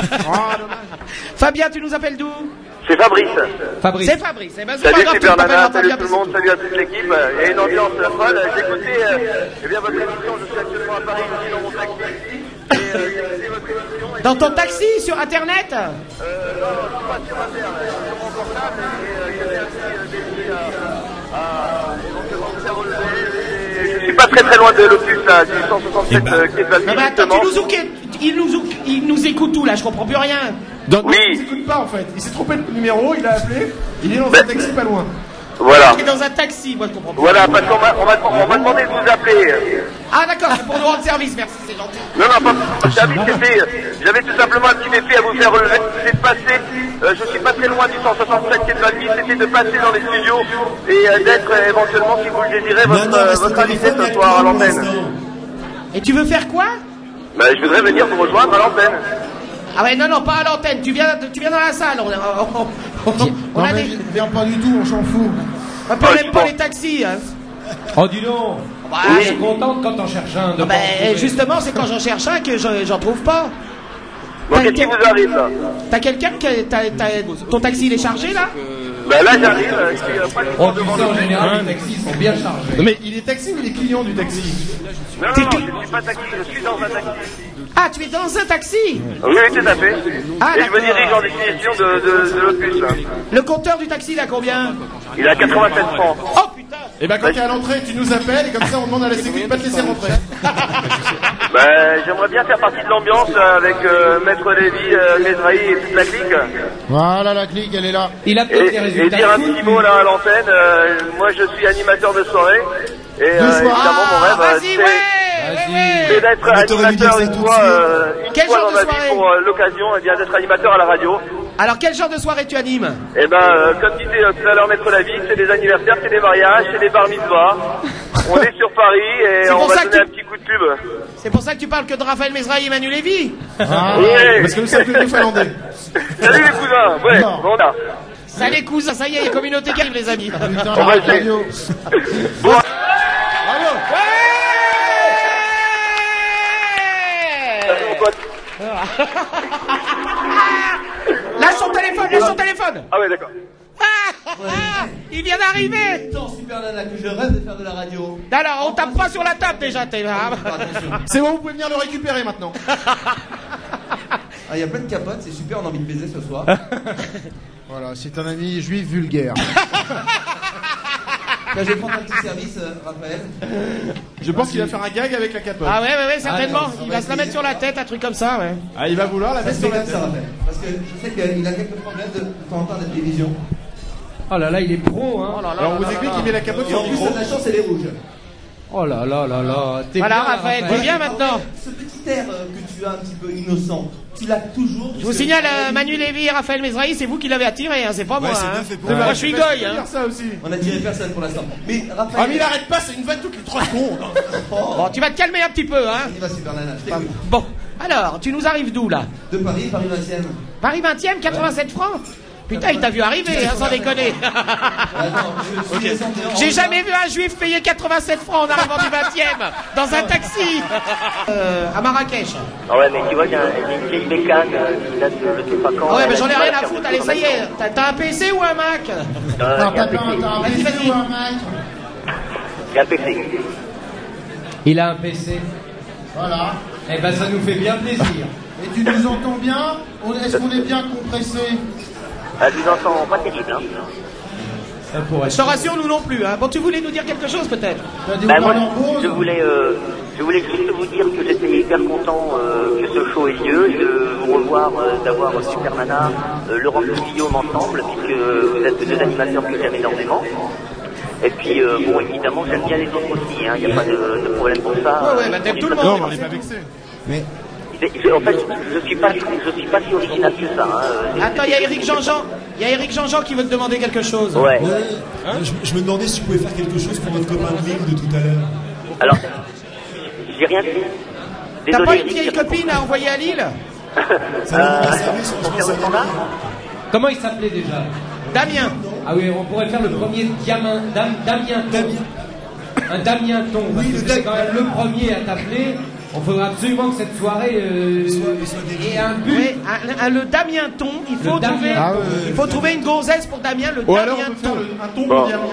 Fabien, tu nous appelles d'où? C'est Fabrice. C'est Fabrice. Eh ben, c'est pas Salut grave, Super tu t'appelles Nana, Fabien, salut tout le monde, salut à toute l'équipe. Il y a une ambiance folle. J'écoutais bien votre émission, je suis actuellement à Paris, je suis dans mon taxi. Et j'écoutais votre émission. Dans ton taxi, sur Internet? Non, je suis pas sur Internet, sur mon portable. Et j'avais assez décidé à éventuellement me faire relever. Et je suis pas très loin de l'Opus, là, du 167 quai de Valmy. Mais attends, il nous écoute tout là, je comprends plus rien. Donc, oui. Il s'écoute pas en fait. Il s'est trompé de numéro, il a appelé, il est dans un taxi pas loin. Voilà. Il est dans un taxi, moi je comprends pas. Voilà, parce qu'on m'a demandé de vous appeler. Ah d'accord, c'est pour nous rendre service, merci, c'est gentil. Non, pas de service, j'avais tout simplement un petit défi à vous faire relever, c'est de passer, je suis pas très loin du 167 quai de Valmy, c'était de passer dans les studios et d'être éventuellement, si vous le désirez, votre invité ce soir à l'antenne. Et tu veux faire quoi? Je voudrais venir vous rejoindre à l'antenne. Ah ouais, non, pas à l'antenne, tu viens dans la salle. On a des... Viens pas du tout, on s'en fout. On n'aime pas les taxis, hein. Oh, dis donc. Je suis contente quand t'en cherches un. Justement, c'est quand j'en cherche un que j'en trouve pas. Bon, qu'est-ce qui vous arrive là? T'as quelqu'un ton taxi il est chargé là? Là j'arrive, en général, les taxis sont bien chargés. Non mais il est taxi ou il est client du taxi? Non, je suis pas taxi, je suis dans un taxi. Ah, tu es dans un taxi? Oui, tout à fait. Et je me dirige en destination de l'Opus. Le compteur du taxi, il a combien? Il a 87 francs. Oh putain! Et quand t'es à l'entrée, tu nous appelles et comme ça on demande à la sécurité de pas te laisser rentrer. J'aimerais bien faire partie de l'ambiance avec Maître Lévy, Mesrahi et toute la clique. Voilà, la clique, elle est là. Il a peut-être des résultats. Et dire un petit mot là à l'antenne. Moi je suis animateur de soirée. Et évidemment mon rêve c'est d'être animateur une fois dans ma vie pour l'occasion et bien d'être animateur à la radio. Alors quel genre de soirée tu animes? Comme disait tout à l'heure Maître Lévy, c'est des anniversaires, c'est des mariages, c'est des bar mitzvahs. On est sur Paris et on va donner un petit coup de pub. C'est pour ça que tu parles que de Raphaël Mesrahi et Manu Lévy? Oui. Parce que nous sommes tous des Finlandais. Salut les cousins, bon là. Salut les cousins, ça y est, il y a communauté qui arrive les amis. On va essayer. Bon. Lâche son téléphone. Ah ouais, d'accord. Il vient d'arriver. Non, Super Nana, que je rêve de faire de la radio. Alors, on tape pas sur la table déjà, t'es là. C'est bon, vous pouvez venir le récupérer maintenant. Il y a plein de capotes, c'est super, on a envie de baiser ce soir. Voilà, c'est un ami juif vulgaire. Je vais prendre un petit service, Raphaël. Je pense qu'il va faire un gag avec la capote. Ah ouais, certainement. Il va se la mettre sur la tête, un truc comme ça, ouais. Ah, il va vouloir la mettre sur la tête. Parce que je sais qu'il a quelques problèmes de temps en temps de télévision. Oh là là, il est pro, hein. Alors on vous explique qu'il met la capote sur le micro. En plus, la chance, elle est rouge. Oh là là là là. Voilà, Raphaël, t'es bien maintenant. Ce petit air que tu as un petit peu innocent, tu l'as toujours. Je vous signale, Manu Lévy et Raphaël Mesrahi, c'est vous qui l'avez attiré, hein, c'est pas moi. Hein. Moi, je suis goy. Hein. Ça aussi. On a tiré personne pour l'instant. Mais Raphaël. Ah, mais il arrête pas, c'est une vanne toutes les 3 secondes. Bon, tu vas te calmer un petit peu, hein. Il va Super Nana. Bon, alors, tu nous arrives d'où là? De Paris, Paris 20e. Paris 20e, 87 francs. Putain, il t'a vu arriver, hein, sans déconner. J'ai jamais vu un juif payer 87 francs en arrivant du 20e dans un taxi à Marrakech. Ah ouais, mais tu vois, j'ai une vieille bécane qui date de je sais pas quand. Ah ouais, mais j'en ai rien à foutre, allez, ça y est. T'as un PC ou un Mac? T'as un PC. Vas-y, vas-y. J'ai un PC. Il a un PC. Voilà. Eh ben, ça nous fait bien plaisir. Et tu nous entends bien? Est-ce qu'on est bien compressé? Je vous entends pas terrible, hein. Je te rassure, nous non plus. Hein. Bon, tu voulais nous dire quelque chose peut-être? Moi, je voulais juste vous dire que j'étais hyper content que ce show ait lieu, de vous revoir, d'avoir Super Nana, Laurent Guillaume ensemble, puisque vous êtes deux animateurs que j'aime énormément. Et puis, bon, évidemment, j'aime bien les autres aussi, hein. Il n'y a pas de problème pour ça. Ouais, bah t'aimes tout le monde. Non, on n'est pas vexé. Mais... En fait, je suis pas si original que ça. Hein. Attends, il y a Eric Jean-Jean. Il y a Eric Jean-Jean qui veut te demander quelque chose. Ouais. Hein, je me demandais si tu pouvais faire quelque chose pour notre copain de Lille de tout à l'heure. Alors, j'ai rien fait. T'as Désolé, pas une Eric, vieille copine à envoyer à Lille? Comment il s'appelait déjà? Damien. Ah oui, on pourrait faire le premier Damien. Un Damienton, parce que c'est quand même le premier à t'appeler. On faudra absolument que cette soirée ait un but. Oui, le Damienton, il faut trouver une gonzesse pour Damien, le Damienton. Un ton pour Damien.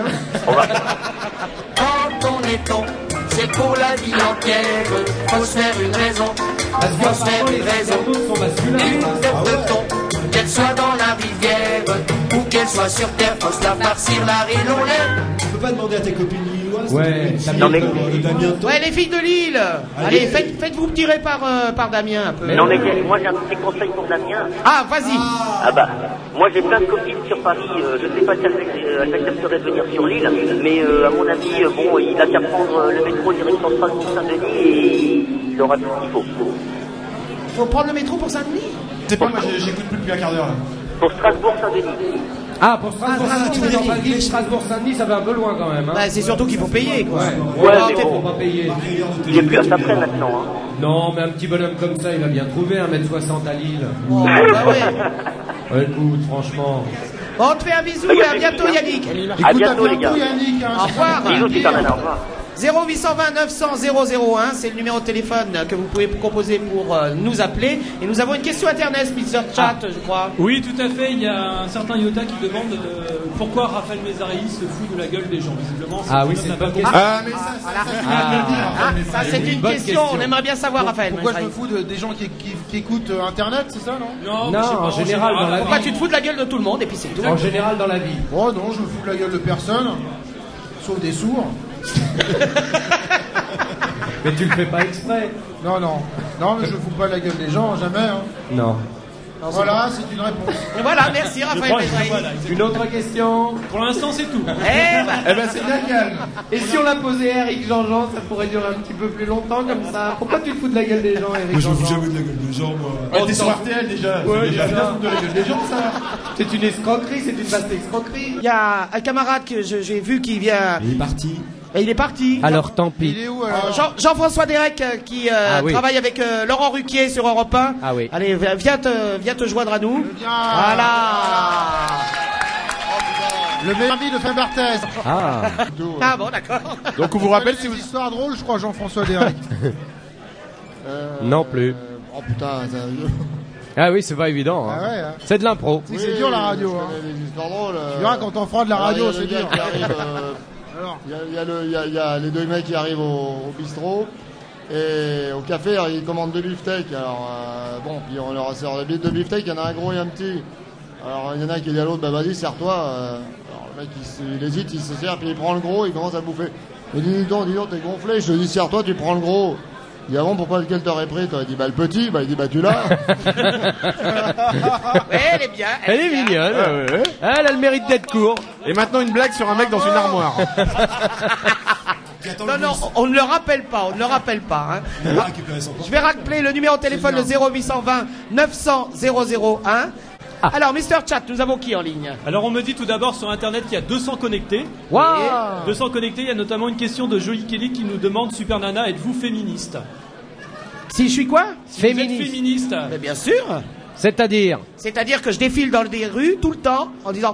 Quand on est ton, c'est pour la vie entière. Faut se faire une raison. Faut se faire une raison. Une tête de thon, qu'elle soit dans la rivière ou qu'elle soit sur terre, faut se la farcir la rilolette. Tu peux pas demander à tes copines lilloises? Ouais, ouais, les filles de Lille. Allez, faites-vous tirer par Damien un peu. Non, mais moi j'ai un petit conseil pour Damien. Ah, vas-y. Ah bah, moi j'ai plein de copines sur Paris. Je sais pas si elles accepteraient de venir sur l'île, mais à mon avis, bon, il a qu'à prendre le métro direction Strasbourg-Saint-Denis et il aura tout ce qu'il faut. Faut prendre le métro pour Saint-Denis? C'est pas, moi j'écoute plus depuis un quart d'heure là. Pour Strasbourg-Saint-Denis. Ah, pour Strasbourg-Saint-Denis, Strasbourg-Saint-Denis, ça va un peu loin quand même. Hein. Bah, c'est surtout qu'il faut payer, quoi. Ouais, mais bon, pas payer. Il est plus à sa près maintenant. Hein. Non, mais un petit bonhomme comme ça, il va bien trouver 1m60 à Lille. Oh, bah ouais. Écoute, franchement. Bon, on te fait un bisou et à bientôt, Yannick. À bientôt, les gars. Yannick, hein. Au revoir. Bisous, Super Nana, au revoir. 0820 900 001, c'est le numéro de téléphone que vous pouvez composer pour nous appeler. Et nous avons une question internet, Mr. Chat, je crois. Oui, tout à fait. Il y a un certain Yota qui demande pourquoi Raphaël Mézari se fout de la gueule des gens. Visiblement, oui, c'est une bonne question. Ça, c'est une question. On aimerait bien savoir, Raphaël. Pourquoi je me fous des gens qui écoutent Internet, c'est ça, non? Non, en général dans la vie. Pourquoi tu te fous de la gueule de tout le monde et puis c'est tout? En général dans la vie. Oh non, je me fous de la gueule de personne, sauf des sourds. Mais tu le fais pas exprès. Non, mais je fous pas la gueule des gens, jamais. Hein. Non. Voilà, c'est une réponse. Voilà, merci Raphaël Mézari. Une autre question? Pour l'instant, c'est tout. Eh ben, c'est bien calme. Et si on l'a posé à Eric Jean-Jean, ça pourrait durer un petit peu plus longtemps comme ça. Pourquoi tu te fous de la gueule des gens, Eric Jean-Jean? Je me fous jamais de la gueule des gens, moi. T'es sur RTL déjà. Ouais, déjà bien foutre de la gueule des gens, ça. C'est une escroquerie, c'est une vaste escroquerie. Il y a un camarade que j'ai vu qui vient. Il est parti. Et il est parti. Alors tant pis. Il est où alors? Jean-François Derek qui travaille avec Laurent Ruquier sur Europe 1. Ah oui. Allez, viens te joindre à nous. Voilà. Le meilleur ami de Fin Barthès. Ah bon, d'accord. Donc on vous rappelle si vous... Histoire drôle, je crois, Jean-François Derek. Non plus. Oh putain, Ah oui, c'est pas évident. Hein. Ah ouais, hein. C'est de l'impro. Oui, c'est dur la radio. Hein. Les histoires drôles. Tu verras quand on fera de la radio, c'est dur. Il y a les deux mecs qui arrivent au bistrot et au café, alors, ils commandent 2 beefsteaks. Alors puis on leur sert deux beefsteaks, il y en a un gros et un petit. Alors il y en a un qui dit à l'autre, bah vas-y, serre-toi. Alors le mec il hésite, il se sert, puis il prend le gros, il commence à bouffer. Il dit, dis donc, t'es gonflé. Je te dis, serre-toi, tu prends le gros. Il dit, ah bon, pourquoi lequel t'aurais pris? Toi, il dit, bah le petit. Bah il dit, bah tu l'as. Elle est bien. Elle est mignonne. Ouais. Elle a le mérite d'être court. Et maintenant une blague sur un mec dans une armoire. Non, on ne le rappelle pas, hein. Je vais rappeler le numéro de téléphone, le 0820 900 001. Alors, Mr. Chat, nous avons qui en ligne? Alors, on me dit tout d'abord sur Internet qu'il y a 200 connectés. Wow. 200 connectés, il y a notamment une question de Jolie Kelly qui nous demande, Super Nana, êtes-vous féministe? Si je suis quoi? Féministe. Mais bien sûr. C'est-à-dire que je défile dans des rues tout le temps en disant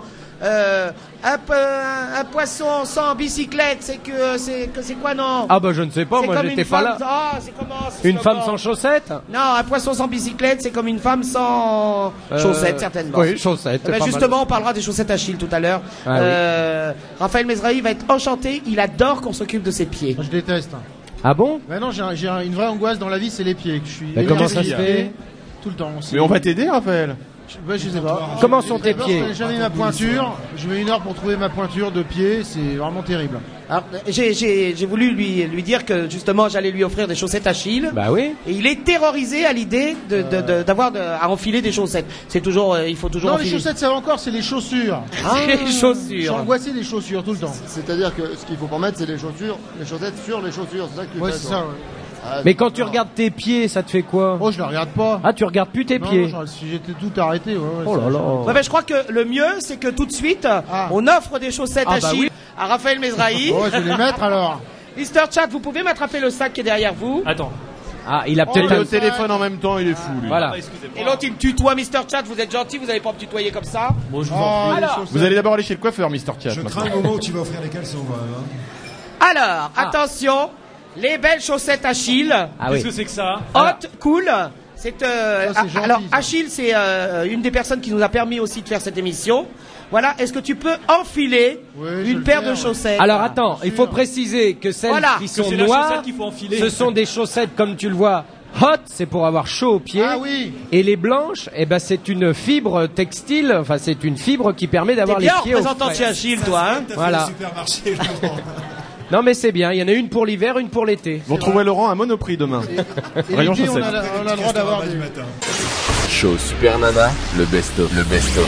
un poisson sans bicyclette, c'est quoi, non? Ah bah je ne sais pas, moi j'étais pas là. Ah, c'est comment ce Une slogan? femme sans chaussettes? Non, un poisson sans bicyclette, c'est comme une femme sans chaussettes, certainement. Oui, chaussettes. Eh ben, justement, on parlera des chaussettes Achille tout à l'heure. Ah, oui. Raphaël Mesrahi va être enchanté, il adore qu'on s'occupe de ses pieds. Je déteste. Ah bon? Bah non, j'ai une vraie angoisse dans la vie, c'est les pieds. Je suis comment ça se fait? Tout le temps. Mais on va t'aider, Raphaël. Je sais pas. Comment sont tes pieds? Je n'ai jamais ma pointure. Je mets 1 heure pour trouver ma pointure de pied. C'est vraiment terrible. Alors, j'ai voulu lui dire que justement j'allais lui offrir des chaussettes Achille. Bah oui. Et il est terrorisé à l'idée d'avoir à enfiler des chaussettes. C'est toujours, il faut toujours. Non, enfiler. les chaussettes ça va encore, c'est les chaussures. Les chaussures. Je suis angoissé des chaussures tout le temps. C'est-à-dire que ce qu'il faut pas mettre, c'est les chaussettes sur les chaussures. C'est ça que tu Ouais, fais, c'est toi. ça. Ouais. Ah, Mais quand tu regardes tes pieds, ça te fait quoi? Oh, je les regarde pas. Ah, tu regardes plus tes pieds? Non, si j'étais tout arrêté, ouais. Oh là là. Ouais, ben, je crois que le mieux, c'est que tout de suite, on offre des chaussettes Ah, bah Achille oui. à Raphaël Mesrahi. Oh, je vais les mettre alors. Mr. Chat, vous pouvez m'attraper le sac qui est derrière vous? Attends. Ah, il a Il peut-être est au téléphone en même temps, il est fou, lui. Voilà. Et l'autre, il me tutoie, Mr. Chat. Vous êtes gentil, vous n'allez pas me tutoyer comme ça. Bon, je vous en prie. Alors, Vous allez d'abord aller chez le coiffeur, Mr. Chat. Je maintenant. crains le moment où tu vas offrir les caleçons, quand même. alors, attention, les belles chaussettes Achille. Ah Qu'est-ce oui. que c'est que ça? Hot, cool. C'est Ça, c'est gentil, alors ça. Achille, c'est une des personnes qui nous a permis aussi de faire cette émission. Voilà, est-ce que tu peux enfiler Oui, je une le paire fais, de ouais. chaussettes? Alors attends, il faut préciser que celles Voilà. qui Que sont c'est la noires, chaussette qu'il faut enfiler. ce sont des chaussettes comme tu le vois. Hot, c'est pour avoir chaud aux pieds. Ah oui. Et les blanches, eh ben c'est une fibre textile. Enfin, c'est une fibre qui permet T'es d'avoir les bien pieds au représentant de frais. chez Achille, toi, hein? Voilà. Supermarché, vraiment. Non mais c'est bien. Il y en a une pour l'hiver, une pour l'été. Vous retrouverez Laurent à Monoprix demain. Et Rayon l'été, on chaussettes. a le droit d'avoir des... Show Super Nana, le best-of. Le best-of.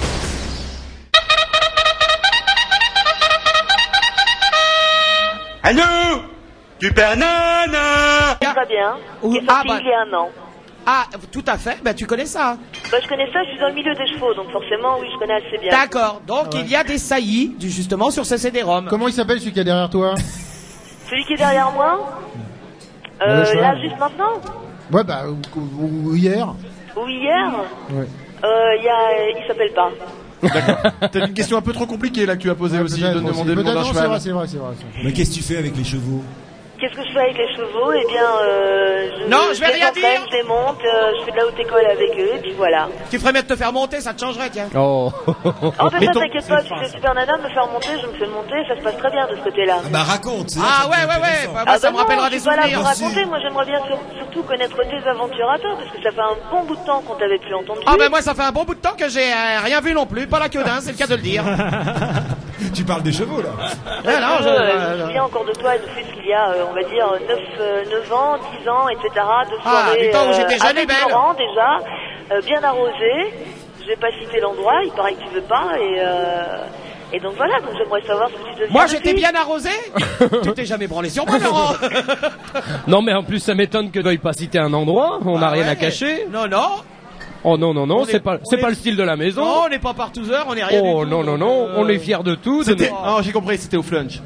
Allô Super Nana Très bien. Ou- Qui est ah, sorti bah. il y a 1 an. Ah, tout à fait. Ben, tu connais ça. Bah, je connais ça, je suis dans le milieu des chevaux, donc forcément, oui, je connais assez bien. D'accord. Donc, il y a des saillies, justement, sur ce CD-ROM. Comment il s'appelle celui qui est derrière toi? Celui qui est derrière moi Le cheval. là, juste maintenant Ouais, bah, ou hier. Ou hier Ouais. Il s'appelle pas. T'as une question un peu trop compliquée là que tu as posée aussi, de demander le nom d'un Non, cheval. c'est vrai. Mais qu'est-ce que tu fais avec les chevaux? Qu'est-ce que je fais avec les chevaux? Eh bien, Je vais rien les entraîne, dire. je les monte, je fais de la haute école avec eux, et puis voilà. Tu ferais mieux de te faire monter, ça te changerait, tiens. Oh. En fait, ça, t'inquiète pas, tu fais Super Nana, me faire monter, je me fais monter, ça se passe très bien de ce côté-là. Bah raconte. Ah ouais. Bah, moi, ça me rappellera des Je suis pas là souvenirs. pour raconter, moi j'aimerais bien surtout connaître tes aventures à toi, parce que ça fait un bon bout de temps qu'on t'avait plus entendu. Ah ben moi ça fait un bon bout de temps que j'ai rien vu non plus, pas la queue d'un, c'est le cas de le dire. Tu parles des chevaux, là. Ah, non, je me souviens encore de toi depuis qu'il y a, on va dire, 9 ans, 10 ans, etc. De soirées du temps où j'étais jeune et avec belle. Laurent, déjà, bien arrosé. Je vais pas citer l'endroit, il paraît que tu veux pas, et donc voilà, donc j'aimerais savoir ce que tu deviens. Moi j'étais depuis. bien arrosé. Tu t'es jamais branlé sur moi, Laurent. Non mais en plus ça m'étonne que tu veuilles pas citer un endroit. On n'a rien à cacher. Non. Oh non, c'est pas on est- le style de la maison. Non, on n'est pas partouzeurs, on n'est rien du Oh tout. non, donc, on est fiers de tout. C'était... Oh, j'ai compris, c'était au flunch.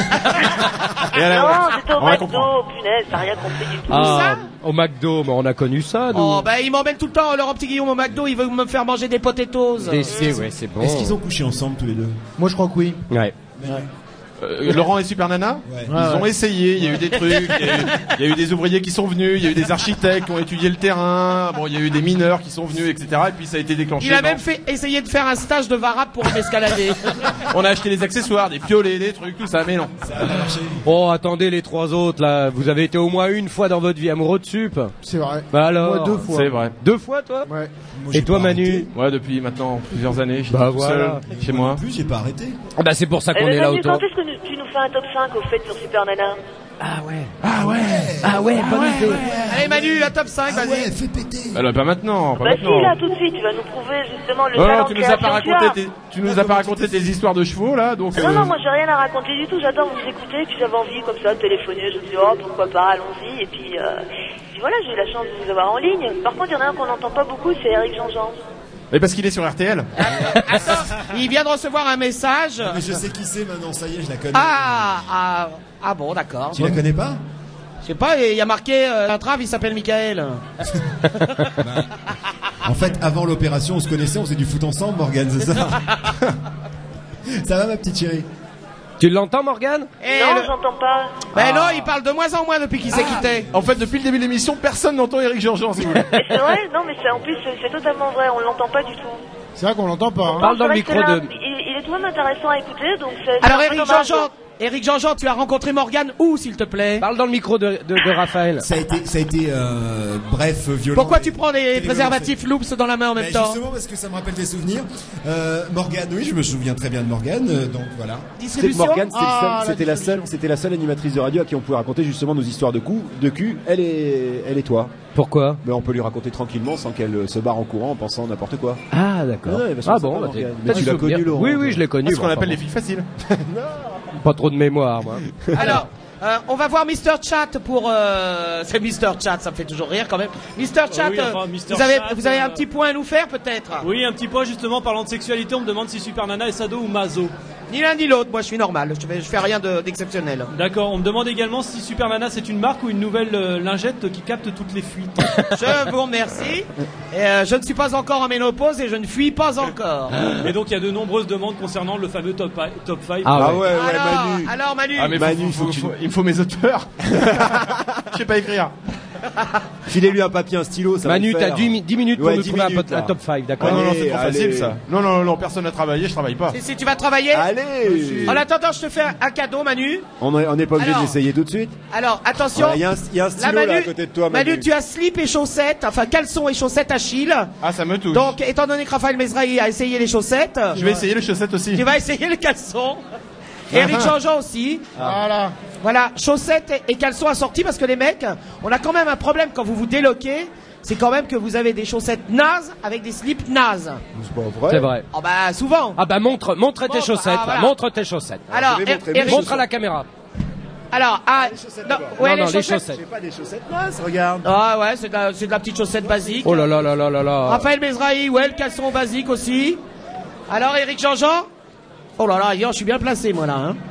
Et à la- Non, c'était au on va McDo, comprendre. punaise, t'as rien compris du tout. Ah, au McDo, mais on a connu ça, nous. Oh ben il m'emmène tout le temps, Laurent Petit Guillaume au McDo, il veut me faire manger des potatoes. C'est bon. Est-ce qu'ils ont couché ensemble tous les deux? Moi, je crois que oui. Ouais. Laurent et Super Nana, Ouais. ils ont essayé, il y a eu des trucs, il y a eu des ouvriers qui sont venus, il y a eu des architectes qui ont étudié le terrain, bon, il y a eu des mineurs qui sont venus, etc. Et puis ça a été déclenché. Il a dans- même essayé de faire un stage de varap pour m'escalader. On a acheté des accessoires, des piolets, des trucs, tout ça, mais non. Oh, attendez, les trois autres, là, vous avez été au moins une fois dans votre vie amoureux de sup. C'est vrai. Bah alors. Moi, 2 fois. C'est vrai. 2 fois, toi? Ouais. Et toi, Manu? Ouais, depuis maintenant plusieurs années, je suis Bah tout voilà. seul chez moi. En plus, j'ai pas arrêté. Ah bah c'est pour ça qu'on Eh, est là Manu, autour. quand est-ce que tu nous fais un top 5 au fait sur Super Nana? Ah ouais, bonne idée. Allez Manu, la top 5, vas-y. Ouais, fais péter. Alors, pas maintenant, pas Bah si, maintenant. là, tout de suite, tu vas nous prouver justement le Non, talent non, de tu nous as pas création que raconté tu nous as pas raconté tes histoires de chevaux, là, donc. Non, non, moi j'ai rien à raconter du tout, j'adore vous écouter, puis j'avais envie comme ça de téléphoner, je me dis oh pourquoi pas, allons-y, et puis voilà, j'ai eu la chance de vous avoir en ligne. Par contre, il y en a un qu'on n'entend pas beaucoup, c'est Eric Jean-Jean. Mais parce qu'il est sur RTL. Attends, il vient de recevoir un message. Mais je sais qui c'est maintenant, ça y est, je la connais. Ah bon, d'accord. Tu la connais pas? Je sais pas, il y a marqué un trave, il s'appelle Michael. En fait, avant l'opération, on se connaissait, on faisait du foot ensemble, Morgane, c'est ça? Ça va, ma petite chérie? Tu l'entends, Morgane? Non, j'entends pas. Ben non, il parle de moins en moins depuis qu'il s'est quitté. En fait, depuis le début de l'émission, personne n'entend Éric Jean-Jean, si vous voulez. C'est vrai? Non, mais en plus, c'est totalement vrai. On l'entend pas du tout. C'est vrai qu'on l'entend pas. Hein. Parle dans le C'est vrai micro que là, de... il est tout de même intéressant à écouter, donc c'est... Alors, c'est un peu dommage. Éric Jean-Jean, tu as rencontré Morgane où, s'il te plaît? Parle dans le micro de Raphaël. Ça a été bref, violent. Pourquoi tu prends des préservatifs Loops dans la main en même temps? Justement parce que ça me rappelle des souvenirs. Morgane, oui, je me souviens très bien de Morgane, donc voilà. Distribution. Morgane, c'était la seule animatrice de radio à qui on pouvait raconter justement nos histoires de cul. Elle et toi. Pourquoi? Mais on peut lui raconter tranquillement sans qu'elle se barre en courant en pensant n'importe quoi. Ah, d'accord. Ah bon, bah, mais tu l'as connu, Laurent. Oui, je l'ai connu. C'est ce qu'on appelle les filles faciles. Pas trop de mémoire, moi. Alors, on va voir Mr. Chat pour... C'est Mr. Chat, ça me fait toujours rire quand même. Mr. Chat, Oui, enfin, Mr. vous avez un petit point à nous faire peut-être? Oui, un petit point justement, parlant de sexualité, on me demande si Super Nana est sado ou maso. Ni l'un ni l'autre, moi je suis normal, je fais rien d'exceptionnel. D'accord, on me demande également si Super Nana c'est une marque ou une nouvelle lingette qui capte toutes les fuites. Je vous remercie. Et, je ne suis pas encore en ménopause et je ne fuis pas encore. Et donc il y a de nombreuses demandes concernant le fameux top 5. Ah ouais, Manu. Alors Manu. Ah mais Manu, il me faut mes auteurs. Je sais pas écrire. Filez-lui un papier, un stylo, ça Manu, va le t'as faire. 10 minutes pour Ouais, nous 10 trouver minutes, un là. top 5, d'accord? Non, c'est trop Allez. facile ça. Non, personne n'a travaillé, je travaille pas. Si tu vas travailler. Allez. En attendant, je te fais un cadeau, Manu. On n'est pas obligé Alors. de l'essayer tout de suite. Alors, attention. Il y a un stylo là à côté de toi, Manu. Tu as slip et chaussettes, enfin caleçons et chaussettes Achille. Ah, ça me touche. Donc, étant donné que Raphaël Mesrahi a essayé les chaussettes, Je vais essayer les chaussettes aussi. tu vas essayer les caleçons. Et Eric Jean-Jean aussi. Voilà, chaussettes et caleçons assortis parce que les mecs, on a quand même un problème quand vous vous déloquez. C'est quand même que vous avez des chaussettes nazes avec des slips nazes. C'est pas vrai. C'est vrai. Oh bah souvent. Ah bah montre tes chaussettes, voilà. montre tes chaussettes. Alors, Eric, Montre à la caméra. alors, Les chaussettes. J'ai pas des chaussettes nazes, regarde. Ah ouais, c'est de la petite chaussette basique. Oh là là là là là là. Raphaël Mesrahi, ouais, le caleçon basique aussi. Alors, Eric Jean-Jean. Oh là là, je suis bien placé moi là. Hein.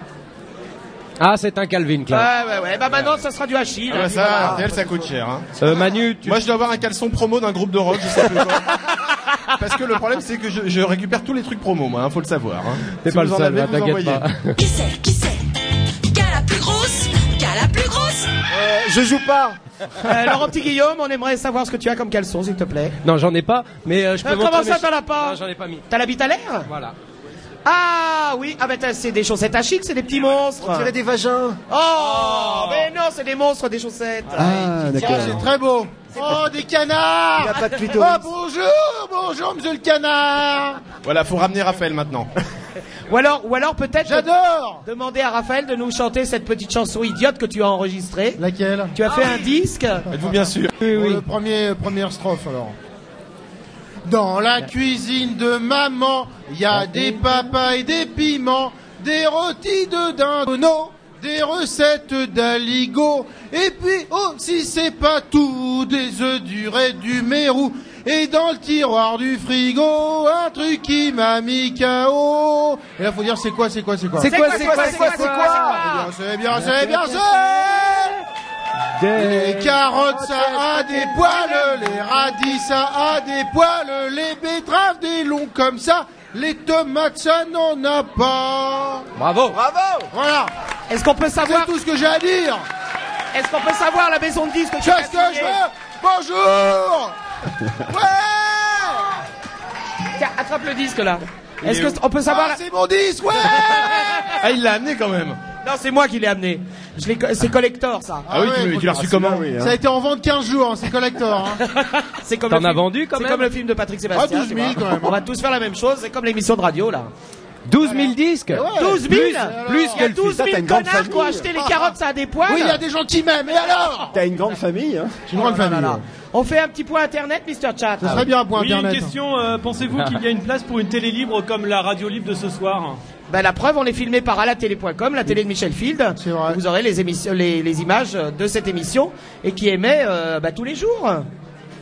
Ah, c'est un Calvin Klein. Ouais. Bah maintenant, ça sera du Achille. Ah bah ça, RTL, ça coûte cher. Hein. Manu, Moi, je dois avoir un caleçon promo d'un groupe de rock, je sais plus quoi. Parce que le problème, c'est que je récupère tous les trucs promo, moi, faut le savoir. Hein. T'es Si pas vous le en seul, avez, là, vous t'inquiète envoyez. pas. Qui c'est Qui a la plus grosse Qui a la plus grosse Je joue pas. Laurent Petit Guillaume, on aimerait savoir ce que tu as comme caleçon, s'il te plaît. Non, j'en ai pas, mais je peux montrer. Comment ça, t'en as pas? Non, j'en ai pas mis. T'as la bite à l'air? Voilà. Ah oui, ah bah c'est des chaussettes Achille, c'est des petits monstres. On dirait des vagins. Oh, mais non, c'est des monstres, des chaussettes. Ah, d'accord. C'est très beau. Oh, des canards. Il y a pas de clitoris. Oh, bonjour, monsieur le canard. Voilà, faut ramener Raphaël maintenant. Ou alors peut-être J'adore. demander à Raphaël de nous chanter cette petite chanson idiote que tu as enregistrée. Laquelle? Tu as fait un disque. Êtes-vous bien sûr? Le première strophe alors. Dans la cuisine de maman, il y a des papayes, des piments, des rôtis de dindonneau, des recettes d'aligot, et puis, oh, si c'est pas tout, des œufs durs et du mérou, et dans le tiroir du frigo, un truc qui m'a mis KO. Et là, faut dire, c'est quoi? C'est quoi? C'est bien. Les carottes, ça a des poils, les radis, ça a des poils, les betteraves, des longs comme ça, les tomates, ça n'en a pas. Bravo. Voilà. Est-ce qu'on peut savoir C'est tout ce que j'ai à dire. Est-ce qu'on peut savoir la maison de disques que tu Qu'est-ce que je veux? Bonjour. Ouais. Tiens, attrape le disque là. Est-ce qu'on peut savoir C'est mon disque, ouais. Ah, il l'a amené quand même. Non, c'est moi qui l'ai amené. C'est collector ça. Ah oui, tu l'as reçu comment? Ça a été en vente 15 jours, hein, c'est collector. Hein. C'est comme T'en as vendu quand même? C'est comme le film de Patrick Sébastien. 12 000 quand même. On va tous faire la même chose, c'est comme l'émission de radio là. 12 000 disques. 12 000 Plus Il y a que 12 000 connards qui ont acheté les carottes, ça a des poils. Oui, il y a des gens qui m'aiment, et alors? T'as une grande famille, hein? J'ai une grande famille. On fait un petit point internet, Mr. Chat. Ça serait bien un point Oui, internet. une question, pensez-vous qu'il y a une place pour une télé libre comme la radio libre de ce soir? Ben, la preuve, on est filmé par alatélé.com, la télé de Michel Field. C'est vrai. Vous aurez les images de cette émission et qui émet tous les jours.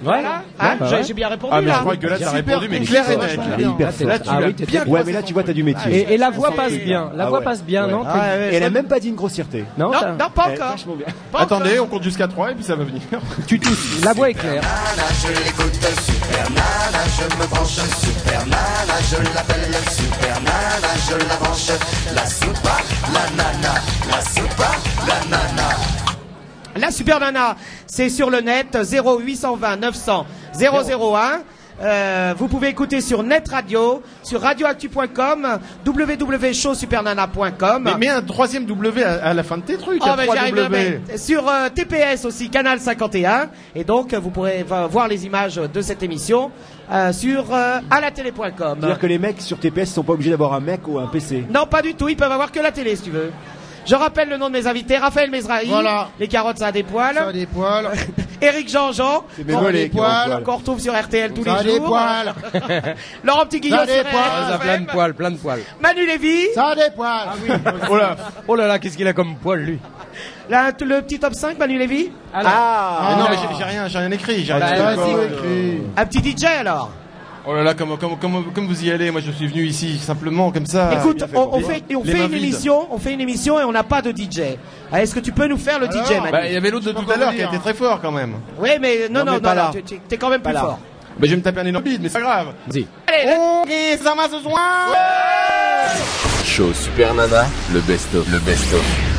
Voilà. Hein, j'ai bien répondu Ah, mais là. je crois que là, t'as répondu, mais clair et net. Elle est hyper forte. Là, tu l'as bien. Ouais, mais là, tu vois, t'as du métier. Et la voix passe bien. La voix passe bien, non? Et elle a même pas dit une grossièreté. Non, pas encore. Attendez, on compte jusqu'à 3 et puis ça va venir. Tu tousses. La voix est claire. Nana, je l'écoute, Super Nana, je me branche, Super Nana, je l'appelle Super Nana, je la branche, la soupa, la nana, la soupa, la nana. La Super Nana, c'est sur le net, 0820 900 001. Vous pouvez écouter sur Net Radio, sur radioactu.com, www.showsupernana.com. Mais mets un troisième W à la fin de tes trucs. Oh, ben, j'arrive à mettre. Sur TPS aussi, Canal 51. Et donc, vous pourrez voir les images de cette émission sur alatélé.com. C'est-à-dire que les mecs sur TPS sont pas obligés d'avoir un mec ou un PC. Non, pas du tout. Ils peuvent avoir que la télé, si tu veux. Je rappelle le nom de mes invités. Raphaël Mesrahi. Voilà. Les carottes, ça a des poils. Ça a des poils. Éric Jean-Jean. C'est mes volets qui ont des poils. Qu'on retrouve sur RTL tous Ça a les des jours. poils. Laurent Petit-Guillon Ça a des sur poils. Ça a plein de RFM. poils, plein de poils. Manu Lévy. Ça a des poils. Oh là là, qu'est-ce qu'il a comme poil, lui? Là, le petit top 5, Manu Lévy. Mais non, mais j'ai rien écrit. J'ai rien écrit. Un petit DJ alors. Oh là là, comme vous y allez, moi je suis venu ici simplement comme ça. Écoute, on fait une émission et on n'a pas de DJ. Est-ce que tu peux nous faire le DJ, Manu? Il y avait l'autre de tout à l'heure qui était très fort quand même. Oui, mais non, t'es quand même plus fort. Mais je vais me taper un énorme bide, mais c'est pas grave. Vas-y. Allez, Ok, ça va ce soir. Show Super Nana, le best-of.